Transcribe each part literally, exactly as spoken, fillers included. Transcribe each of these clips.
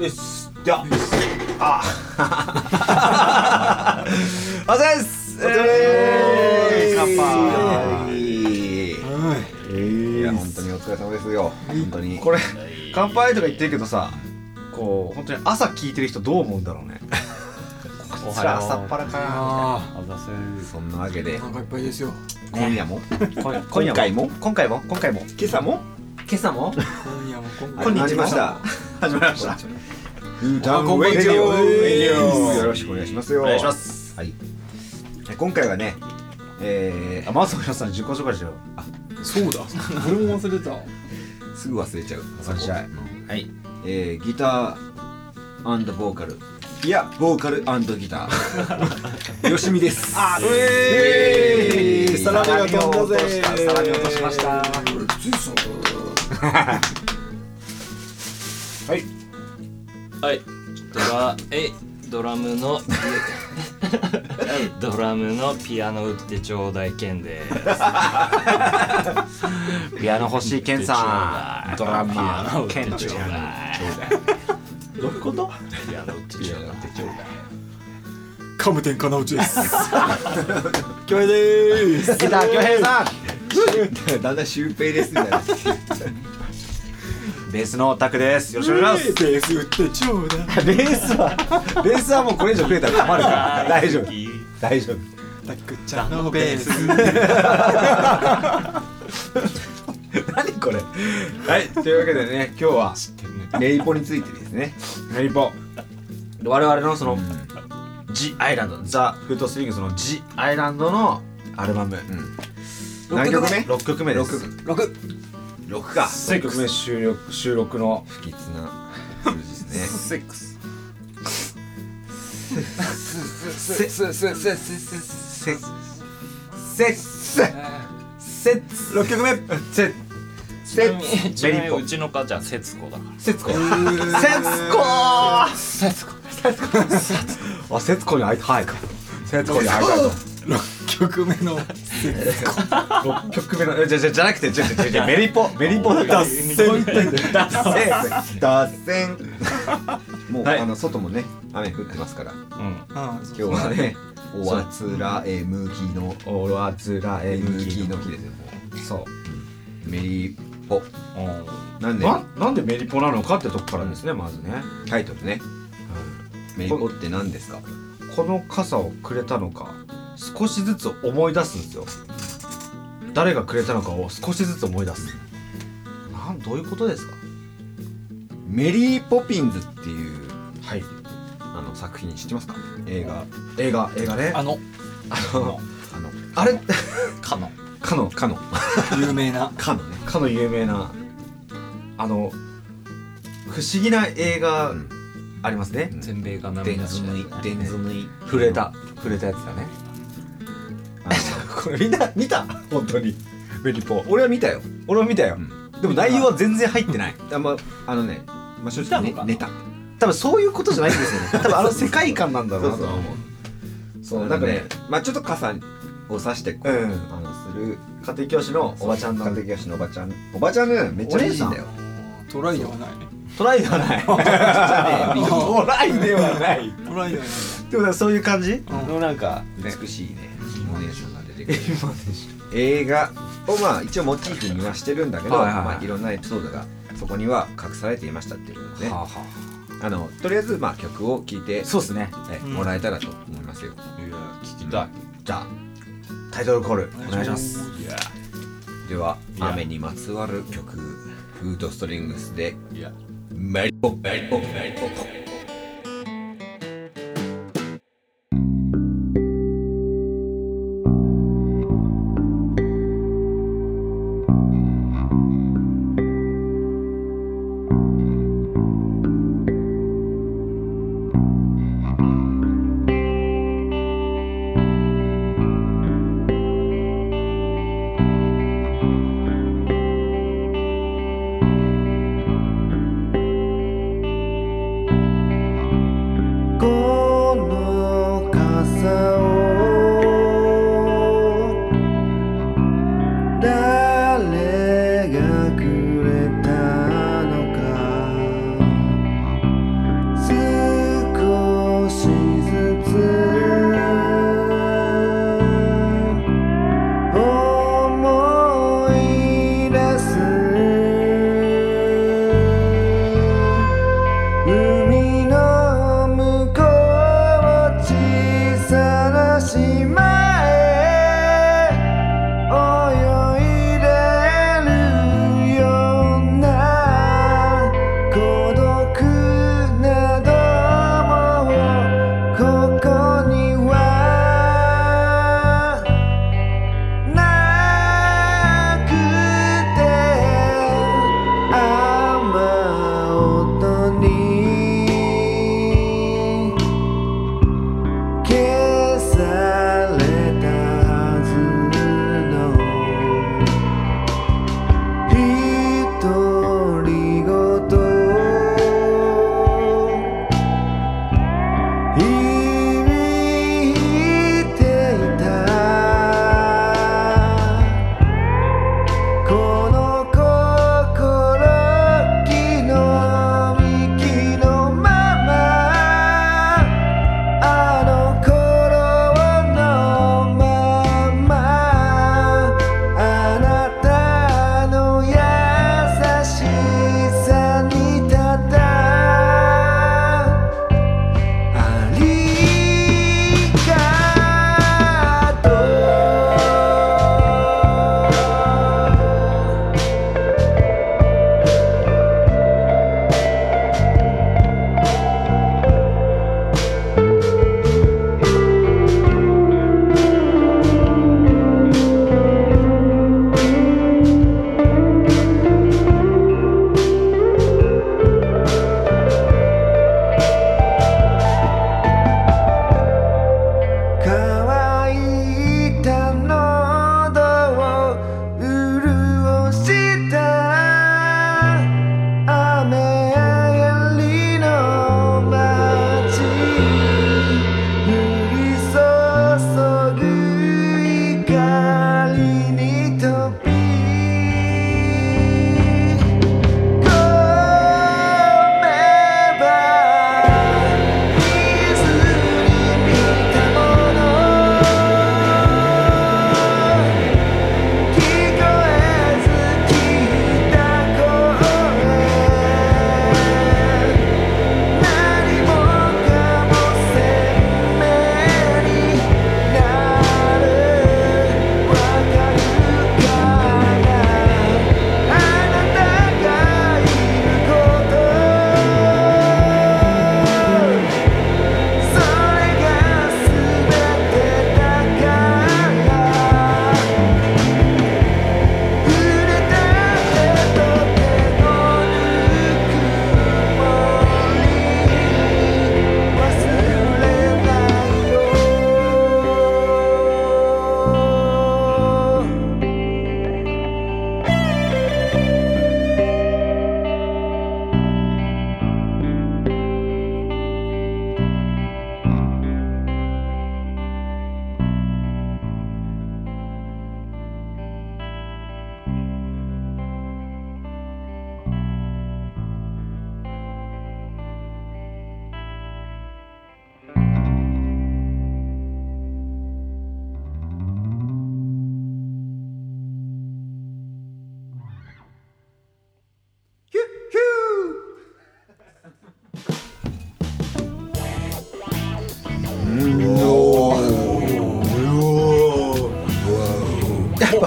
よしではあお疲れです。 お疲れ乾杯。 いや本当にお疲れ様ですよ。本当にこれ乾杯とか言ってるけどさ、こう本当に朝聞いてる人どう思うんだろうね。こちら朝っぱらかな。 そんなわけでお腹いっぱいですよ。 今夜も今今回も今回も今回も今朝も今朝も今夜も今こんにちは始まりました始まりました。 フータンウェイディオよろしくお願いしますよ。 お願いします。 はい。今回はね、えあ、まず皆さん自己紹介しよう。あ、 そうだ。俺も忘れた。 ー、すぐ忘れちゃう。 忘れちゃう。はい。 えー、ギター&ボーカル、いやボーカル&ギターよしみです。 あ、 うえーいサラミが飛んだぜ。 サラミ落としました。はいはい、ドラえドラムのドラムのピアノ打ってちょうだいケンです。 ピアノ欲しいケンさん、ドラマーケンちょうだい。どういうこと？ ピアノ打ってちょうだい。 カムテン金内です。恭平でーす。 ギター恭平さん。 だんだんシュウペイですみたいな。 ベースのタクです。よろしくお願いします。 ベース打ってちょうだい。 ベースはベースはもうこれ以上増えたら困るから大丈夫大丈夫。 タクちゃんのベース。 何これ。はいというわけでね、今日はネイポについてですね。 ネイポ。我々のそのジアイランド、ザ・フートスリングスのジアイランドのアルバム。 何曲目？ ろっきょくめです。 ろく。 ろくか。 ろっきょくめ収録収録の不吉な数字ですね。 セックス。 せせせせせせせせろっきょくめせちなみにちなみにうちの母ちゃん節子だから。 節子。節子。節子。あ、節子に会いたいか。節子に会いたいと。 ろっきょくめのろっきょくめのじゃじゃじゃなくてじゃじゃじゃメリポメリポだから。 脱線脱線。 脱線。もうはいあの外もね雨降ってますから、 うん。 あ今日はねおあつらえむきのおわつらえむむきのきの日ですよ。もそうメリポなんでななんでメリポなのかってとこからですね、まずね、 タイトルね。メリポって何ですか？ この傘をくれたのか少しずつ思い出すんですよ。誰がくれたのかを少しずつ思い出す。なんどういうことですか？ メリーポピンズっていうはい、 あの作品知ってますか？映画映画映画ね、 あのあのあのあれかのかのかの有名なかのね。 かの有名なあの不思議な映画うんありますね。 全米がデン涙したズヌイデンズヌイ触れた触れたやつだね。 あのこれみんな見た？本当にメリポ。 俺は見たよ。 俺も見たよ、 うんでも内容は全然入ってない。 あまあのね、まあ正直ねネタ。 多分そういうことじゃないんですよね。多分あの世界観なんだろうなとは思う。 そうそうなんかね、 まあちょっと傘を差してこう、 うんあのする家庭教師のおばちゃんの家庭教師のおばちゃんおばちゃんねめっちゃ美人だよ。 トライではない。 トライではない。トライではない。 トライではない。 でもそういう感じうんのなんかね、 美しいねイモネーションが出てくる映画をまあ一応モチーフにはしてるんだけど、 はいはいはいまあいろんなエピソードがそこには隠されていましたっていうことですね。 はあはあのとりあえずまあ曲を聴いてあ、そうですね。 えうんもらえたらと思いますよ。 聞きたい。 じゃあタイトルコールお願いします。 いやでは、 や雨にまつわる曲フードストリングスでいや。 メリポメリポメリポ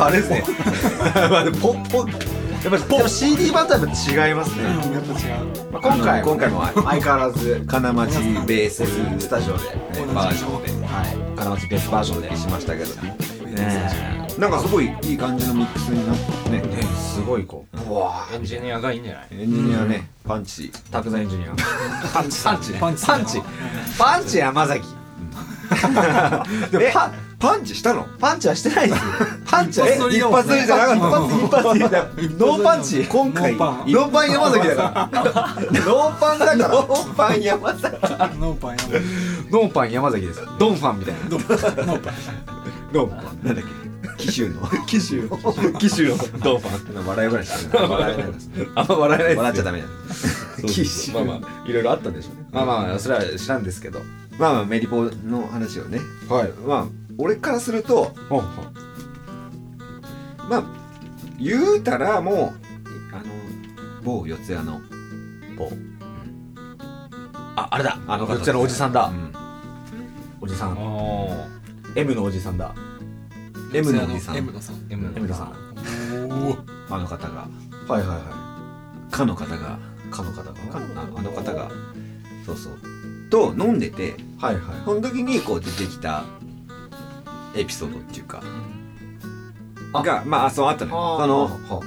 あれですねまあでもポッポやっぱりでも シーディー 版とはやっぱ違いますね、 やっぱ違う。 まあ、今回今回も相変わらず金町ベーススタジオで、ね、 バージョンではい金町ベースバージョンでしましたけどねなんかすごいいい感じのミックスになってねねすごいこううわエンジニアがいいんじゃない？ エンジニアねパンチ拓哉エンジニアパンチパンチパンチパンチパンチ山崎でもえパパンチしたのパンチはしてないですよパンチは一発撮りだもんね一発撮りじゃなかった一発一発撮りだノーパンチ今回ノーパンノーパン山崎だからノーパンだからノーパン山崎ノーパンやばい。 ノーパン山崎ですドンファンみたいなノーパン。 ドンファンなんだっけ紀州の紀州紀州のドンファン笑い話だね笑えないですあんま笑えないですよ笑っちゃダメだ紀州まあまあいろいろあったんでしょうねまあまあそれは知らんですけどまあまあメリポの話をねはいまあ俺からするとほんまあ言うたらもうあの某四谷のほんああれだあのこっちのおじさんだうんおじさんお M のおじさんだ M のおじさん M のさん。 M M のさんおお。 あの方がはいはいはかの方がいかの方がああの方がそうそうと飲んでてはいはいその時にこう出てきたエピソードっていうかあがまあそうあったのよそのは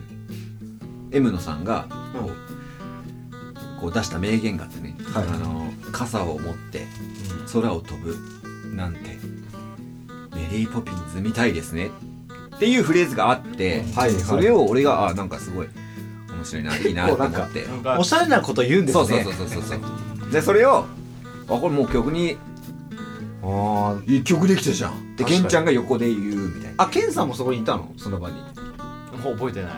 M のさんがうんこうこう出した名言があってね、 はいあの傘を持って空を飛ぶなんてメリーポピンズみたいですねっていうフレーズがあって、 はいはいそれを俺があなんかすごい面白いないいなと思っておしゃれなこと言うんですねそうそうそうそうそうそうでそれをあこれもう曲にあ一曲できたじゃんで確かにケンちゃんが横で言うみたいなあケンさんもそこにいたのその場にもう覚えてない。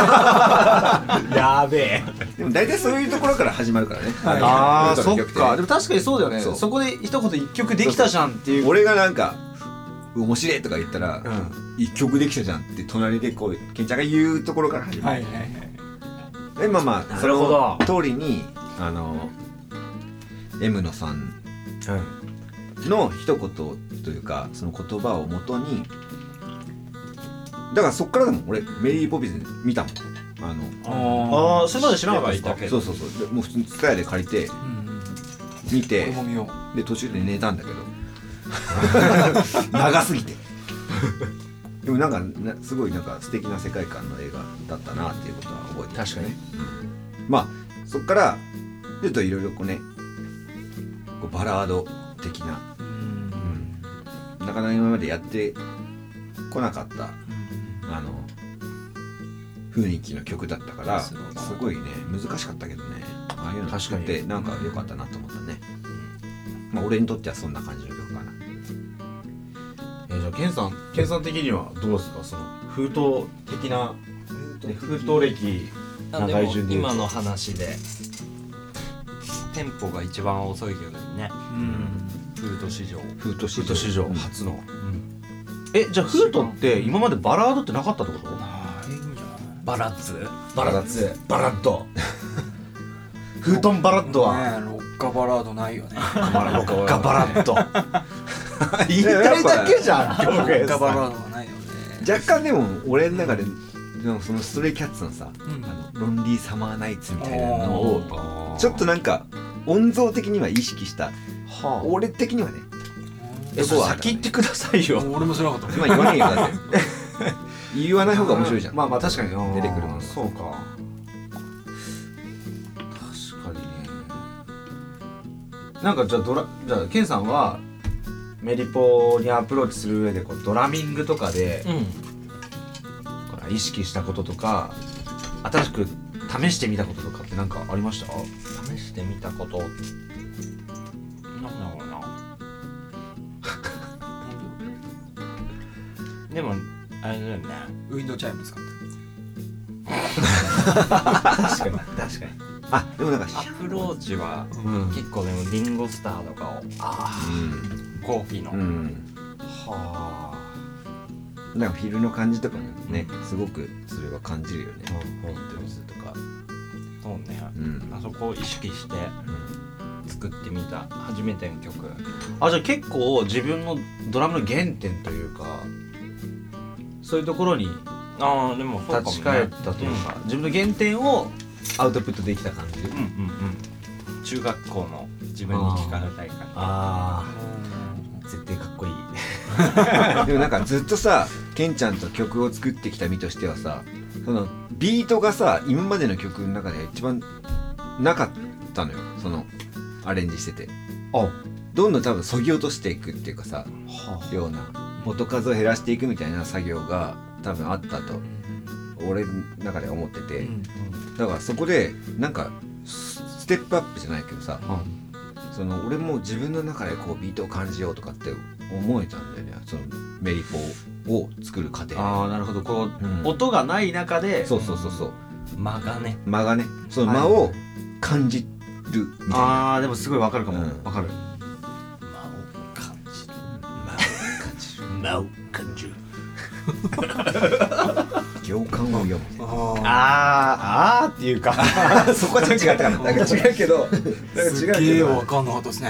やべえでも大体そういうところから始まるからねああそっウルトラ曲ってかでも確かにそうだよねそうそこで一言一曲できたじゃんっていう俺がなんか面白いとか言ったらうん一曲できたじゃんって隣でこうケンちゃんが言うところから始まるはいはいはい。 でまあまあなるほどその通りにあの M のさんの一言というかその言葉をもとにだからそっからでも俺メリーポピンズ見たもんあのああそれまで知らなかったですかそうそうそうでもう普通にツタヤで借りてうん。 見て俺も見よう。 で途中で寝たんだけど長すぎてでもなんかなすごいなんか素敵な世界観の映画だったなっていうことは覚えてる確かにまあそっからちょっといろいろこうねこうバラード的な、なかなか今までやってこなかったあの雰囲気の曲だったからすごいね難しかったけどねああいうの確かにってなんか良かったなと思ったね、まあ俺にとってはそんな感じの曲かなえーじゃあケンさんケンさん的にはどうですかその風土的なね風土歴あでも長い順で言うと今の話でテンポが一番遅いけどね。フード市場。 フートフート史上うん初のえじゃあフートって今までバラードってなかったってことないんじゃない。 バラッツ。 バラッツバラッドフートンバラッドはねえロッカバラードないよね。 ロッカバラッド言いたいだけじゃんロ京平ッカバラさんードはないよね。 若干でも俺の中でなんかそのストレイキャッツのさ、 うんあのロンリーサマーナイツみたいなのおをちょっとなんか音像的には意識したはあ俺的にはねえそれ先言ってくださいよ俺も知らなかった。 今言わねえよだって言わない方が面白いじゃんまあまあ確かに出てくるものそうか確かにねなんかじゃあドラじゃあケンさんはメリポにアプローチする上でこうドラミングとかでうん。 これ意識したこととか新しく試してみたこととかって何かありました試してみたこと。なんだろうな。でもあれだよね。 ウィンドウチャイム使って。 確かに確かにあでもなんかアプローチはうん結構でもリンゴスターとかをあコーヒーの、 うん、うん、 あはなんかフィルの感じとかもねすごくそれは感じるよねあビートルズとかそうね、 うんあそこを意識して作ってみた初めての曲。 あじゃあ結構自分のドラムの原点というかそそういうところにああでもそうかもね立ち返ったというか、自分の原点をアウトプットできた感じ。 うんうんうん中学校の自分に聞かれたいからああ絶対かっこいい。 でもなんかずっとさケンちゃんと曲を作ってきた身としてはさ、そのビートがさ今までの曲の中で一番なかったのよ、そのアレンジしてて。 あどんどん多分削ぎ落としていくっていうかさ、 はような音数を減らしていくみたいな作業が多分あったと俺の中で思ってて、 うんだからそこでなんかスステップアップじゃないけどさ、 あその俺も自分の中でこうビートを感じようとかって思えたんだよね、そのメリポを作る過程で。 あーなるほど。こう、 うん音がない中でそうそうそうそう、 間がね間がね、その間を感じるみたいな、 ああでもすごいわかるかもわ、 うんかる。 間を感じる間を感じる行間を読む。 ああーあーっていうかそこはちょっと違ったかな、なんか違うけど、なんかーす違うけどげえ分。かんなかったですね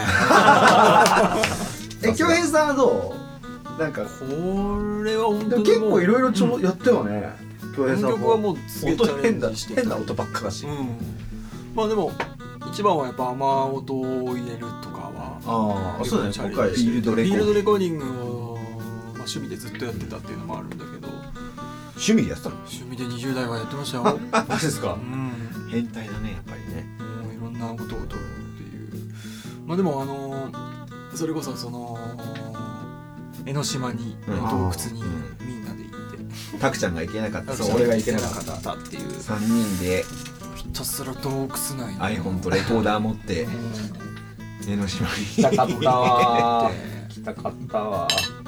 え京平さんはどうなんかこれは本当にでも結構いろいろちょ、 うんやったよね京平さんも。 この曲はもうすげえチャレ音変だンジして変な音ばっかだし、 うんまあでも一番はやっぱ雨音を入れるとかはああそうだねチャレン今回ジしてフィールドレコフィールドレコーディングを、まあ、趣味でずっとやってたっていうのもあるんだけど趣味でやってたの？ 趣味でにじゅう代はやってましたよマジですかう。ん変態だねやっぱりね。 もういろんなことを撮るっていうまあでもあのそれこそその江ノ島にうん洞窟にうんみんなで行ってタクちゃんが行けなかった。 そうそう俺が行けなかった。 たっていうさんにんでひたすら洞窟内に iPhone とレコーダー持ってうん江ノ島に来たかったわで来たかったわ。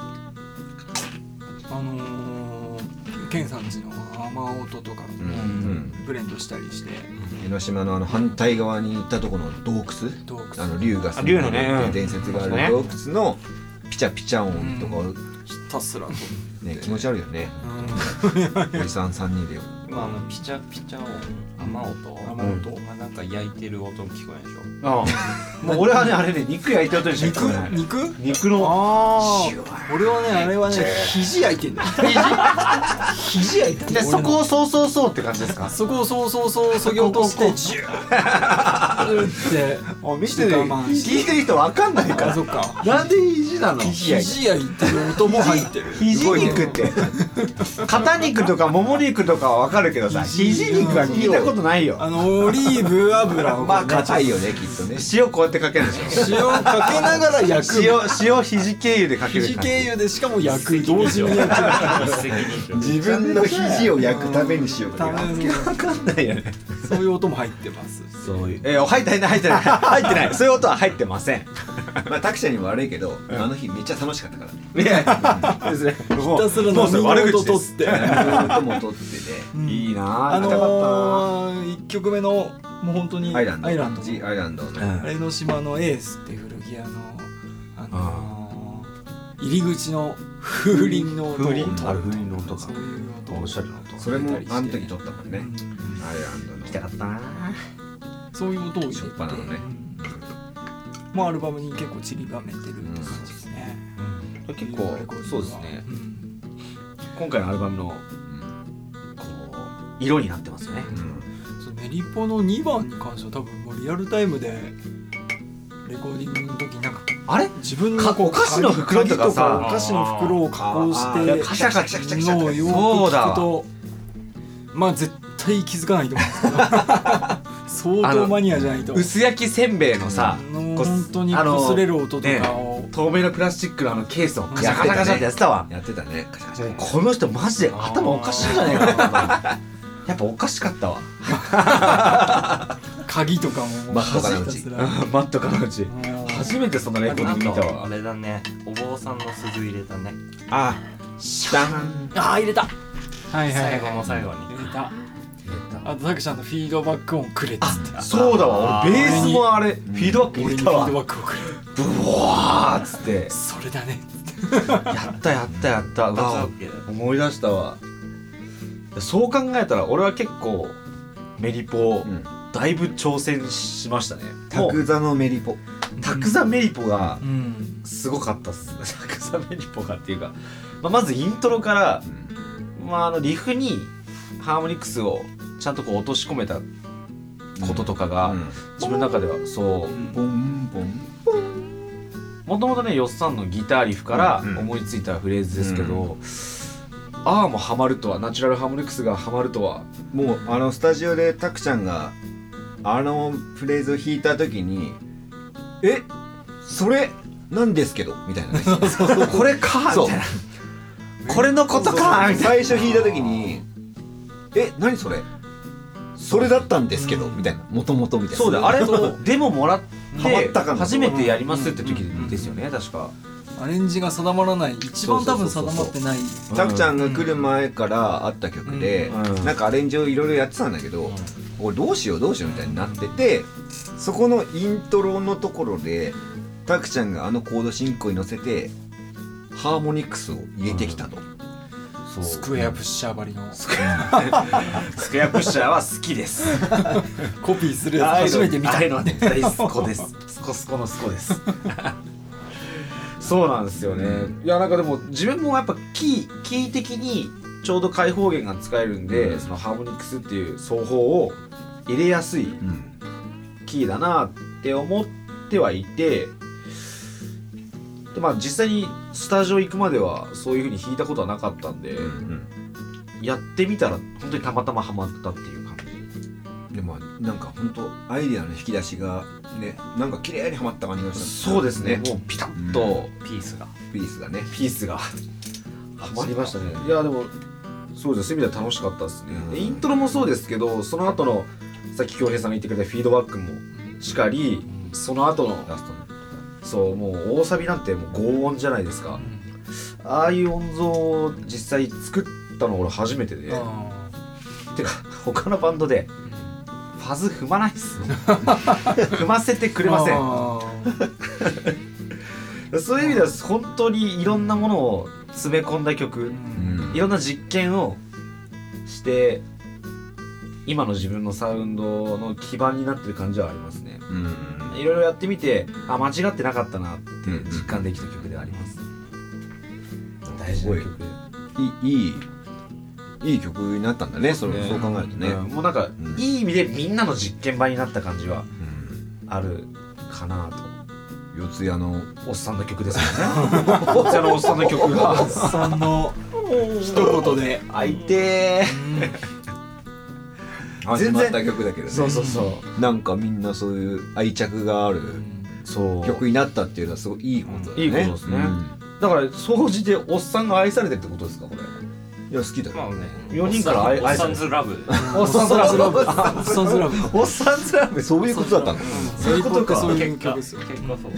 あのー、ケンさんちの雨音とかもうんうんブレンドしたりして江ノ島のあの反対側に行ったところの洞窟、 洞窟あの竜があ竜のねうん伝説がある洞窟のピチャピチャ音とかをひたすらと、 ね、気持ち悪いよね。 うんおじさんさんにんでよ。 まああのピチャピチャ音雨音雨音まあなんか焼いてる音聞こえないでしょああもう俺はねあれね肉焼いてる音にしか聞こえない。 肉肉のああ俺はねあれはね肘焼いてんだよ肘焼いてんだよでそこをそうそうそうって感じですか。 そこをそうそうそうそぎ落としてジューってもう見てる聞いてる人わかんないから。 あそっかなんで肘なの？ 肘焼いてる音も入ってる肘肉って肩肉とかもも肉とかはわかるけどさ、肘肉は聞いたことないよ。 あのオリーブ油をまあ硬いよねきっとね。 塩こうやってかけるでしょ。 塩かけながら焼く塩塩肘経由でかける感じ。 肘経由でしかも焼く同時に焼く自分の肘を焼くためにしようかためにわかんないよね。 そういう音も入ってますそういうえ入ってない入ってない入ってないそういう音は入ってません。 まあタクちゃんにも悪いけど、あの日めっちゃ楽しかったからね。 いやですね。 ひたすらもうそれ悪口です飲みの音取って音も撮ってて、 うんいいなあぁ。行きたかったなのー、いっきょくめのもう本当にアイランド、 アイランド G アイランドの、 うん江ノ島のエースって古着屋のあのー、入り口の風鈴の音を風鈴取るある風鈴の音かそういう音をおしゃれな音。 それもあの時撮ったもんね、 うんアイランドの行きたかったな。 そういう音を入れてしょっぱなのねうんまあアルバムに結構散りばめてる感じですね、 結構そうですね。 うん今回のアルバムのこう色になってますよね。 そうメリポのにばんに関しては多分もうリアルタイムでレコーディングの時になんかあれ？ 自分のこうかお菓子の袋とかさ鍵お菓子の袋を加工しあーてカシャカシャカシャカシャのをよくそうだわ聞くとまあ絶対気づかないと思うんですけど相当マニアじゃないと薄焼きせんべいのさ、 あのこう本当にあの擦れる音とかを、 透明のプラスチックのあのケースをカシャカシャカシャってやってたわ。 やってたねカシャカシャこの人マジで頭おかしいんじゃないかな。やっぱおかしかったわ。 鍵とかももうマットかなうちひたすらマットからうちもう初めてそのレコーディング見たわ。 あれだねお坊さんの鈴入れたねあ、シャン。 あー入れたはいはいはい最後の最後に入れたあとタクちゃんのフィードバック音くれっつってそうだわ。俺ベースもあれフィードバック入れたわ。 俺にフィードバックをくれブワーっつってそれだねやったやったやった。う一発わ OK だ思い出したわ。そう考えたら俺は結構メリポうんだいぶ挑戦しましたね。もうタクザのメリポタクザメリポがうんすごかったっす。タクザメリポがっていうか、まあ、まずイントロからまあ、あのリフにハーモニクスをちゃんとこう落とし込めたこととかが、 うん自分の中ではそうボンボンもともとねよっさんのギターリフからうん思いついたフレーズですけど、ああもハマるとはナチュラルハーモニクスがハマるとはもうあのスタジオでタクちゃんがあのフレーズを弾いた時にえそれなんですけどみたいなねこれかそうみたいなこれのことかみたいな最初弾いた時にえ何それそれだったんですけどみたいなもともとみたいなそうだよあれとデモもらっハマったかなて初めてやりますって時ですよね確かアレンジが定まらない一番多分定まってないタクちゃんが来る前からあった曲で、 うんなんかアレンジをいろいろやってたんだけど、俺どうしようどうしようみたいになっててそこのイントロのところでタクちゃんがあのコード進行に乗せてハーモニクスを入れてきたと、 そうスクエアプッシャー張りのスクエアプッシャーは好きですコピーするやつ初めて見たああいうのはね大スコですスコスコのスコですそうなんですよねいやなんかでも自分もやっぱキーキー的にちょうど開放弦が使えるんで、 うんそのハーモニクスっていう奏法を入れやすいうんキーだなって思ってはいてでまあ実際にスタジオ行くまではそういう風に弾いたことはなかったんで、 うんやってみたら本当にたまたまハマったっていう感じでもなんか本当アイデアの引き出しがねなんか綺麗にはまった感じがしたそうですねもうピタッとピースがピースがねピースがハマりましたねいやでもそうですそういう意味では楽しかったですね、 うんでイントロもそうですけどその後のさっき京平さんが言ってくれたフィードバックもしかりその後のラストのそうもう大サビなんてもう轟音じゃないですか、ああいう音像を実際作ったの俺初めてでてか他のバンドでファズ踏まないっす踏ませてくれませんそういう意味では本当にいろんなものを詰め込んだ曲うんいろんな実験をして今の自分のサウンドの基盤になってる感じはありますねうんいろいろやってみてあ間違ってなかったなって実感できた曲ではあります、大事な曲いいいいいい曲になったんだねそれねそう考えるとね、 うんもうなんか、 うんいい意味でみんなの実験場になった感じはうんあるかなと四谷のおっさんの曲ですよねおっさんのおっさんの曲がさんの一言で相手始まった曲だけどねそうそうそうなんかみんなそういう愛着があるそう曲になったっていうのはすごいいいことだね、 いいことですねだから総じておっさんが愛されてるってことですかこれうん、いや好きだよ、 まあねよにんから愛おっさん愛ズラブおっさんずラブおっさんずラブおっさんずラブそういうことだったの、 そういうことかそういう結果曲ですよ結果そう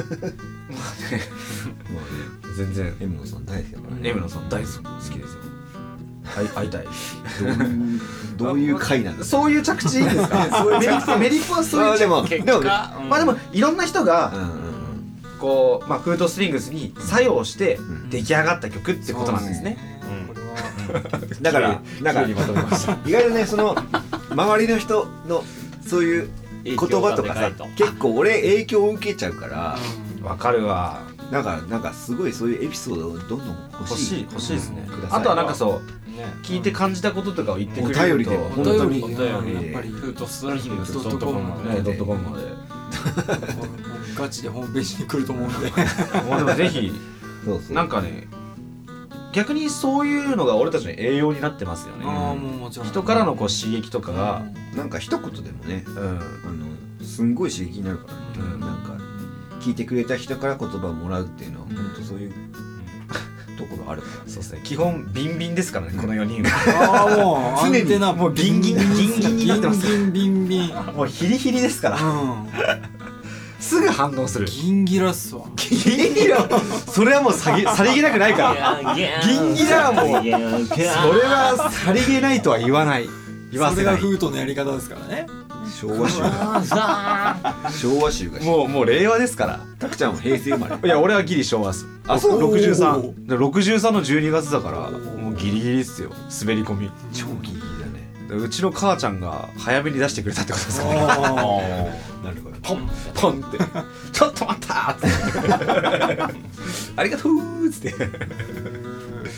全然エムノさん大好きだからねエムノさん大好き好きですよ会会いたいどういうどういう回なんだそういう着地いいですかメリットメリットはそういう着あでも結でも果うんまあでもいろんな人がうんうんこう、まあ、フードストリングスに作用してん出来上がった曲ってことなんですね。 これはうんだからだから綺麗にまとめました意外とねその周りの人のそういう言葉とかさ結構俺影響を受けちゃうからわかるわ。 なんかなんかすごいそういうエピソードをどんどん欲しい欲しい欲しいですねくだ。さいあとはなんかそうね聞いて感じたこととかを言ってくおれると便りでお本当に便りお便やっぱりフードストリングスドドットコムットコムねドットコムまで。 ガチでホームページに来ると思うんでもうでもぜひそうそうなんかね逆にそういうのが俺たちの栄養になってますよね。 ああもうもちろん人からのこう刺激とかが、 なんか一言でもねうん、 あのすんごい刺激になるからね、 うんなんか聞いてくれた人から言葉をもらうっていうのは本当そういうところあるからねそうですね。基本ビンビンですからねこのよにんは。 ああもう常にアンテナもうギンギンギンギンになってますギンギンビンビンもうヒリヒリですから。 うんすぐ反応する。 ギンギラっすわギンギラそれはもうさぎさりげなくないからギンギラはもうそれはさりげないとは言わない言わそれがせないフートのやり方ですからね昭和集が昭和集がもうもう令和ですからタクちゃんは平成生まれいや俺はギリ昭和っすあそうろくじゅうさおんでろくじゅうさんのじゅうにがつだからもうギリギリっすよ滑り込み超ギリギリだねでうちの母ちゃんが早めに出してくれたってことですかねあなるほどポンポンってちょっと待ったーってありがとうーっつって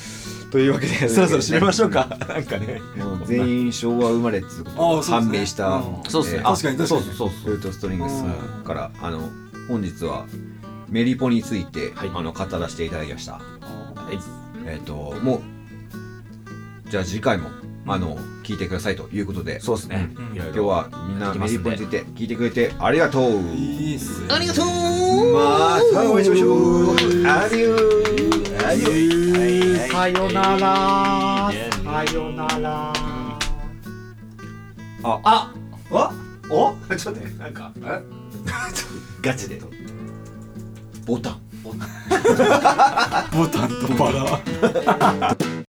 というわけでそろそろ締めましょうかなんかねもう全員昭和生まれっつうことが判明したそうですね、 確かに確かにそうそうルートストリングスからあの本日はメリポについて、 はい、 あの語らせていただきました。 はい、 えっ、ー、ともうじゃあ次回も、うん、あの聞いてくださいということで、 そうですね、 うん、今日はみんなメリポについて聞いてくれてありがとう。 いいっすね、 ありがとう。 またお会いしましょう。アデューアデュー、 さよならさよなら。 あああおちょっとね、なんかえガチでボタンボタンボタンとバラ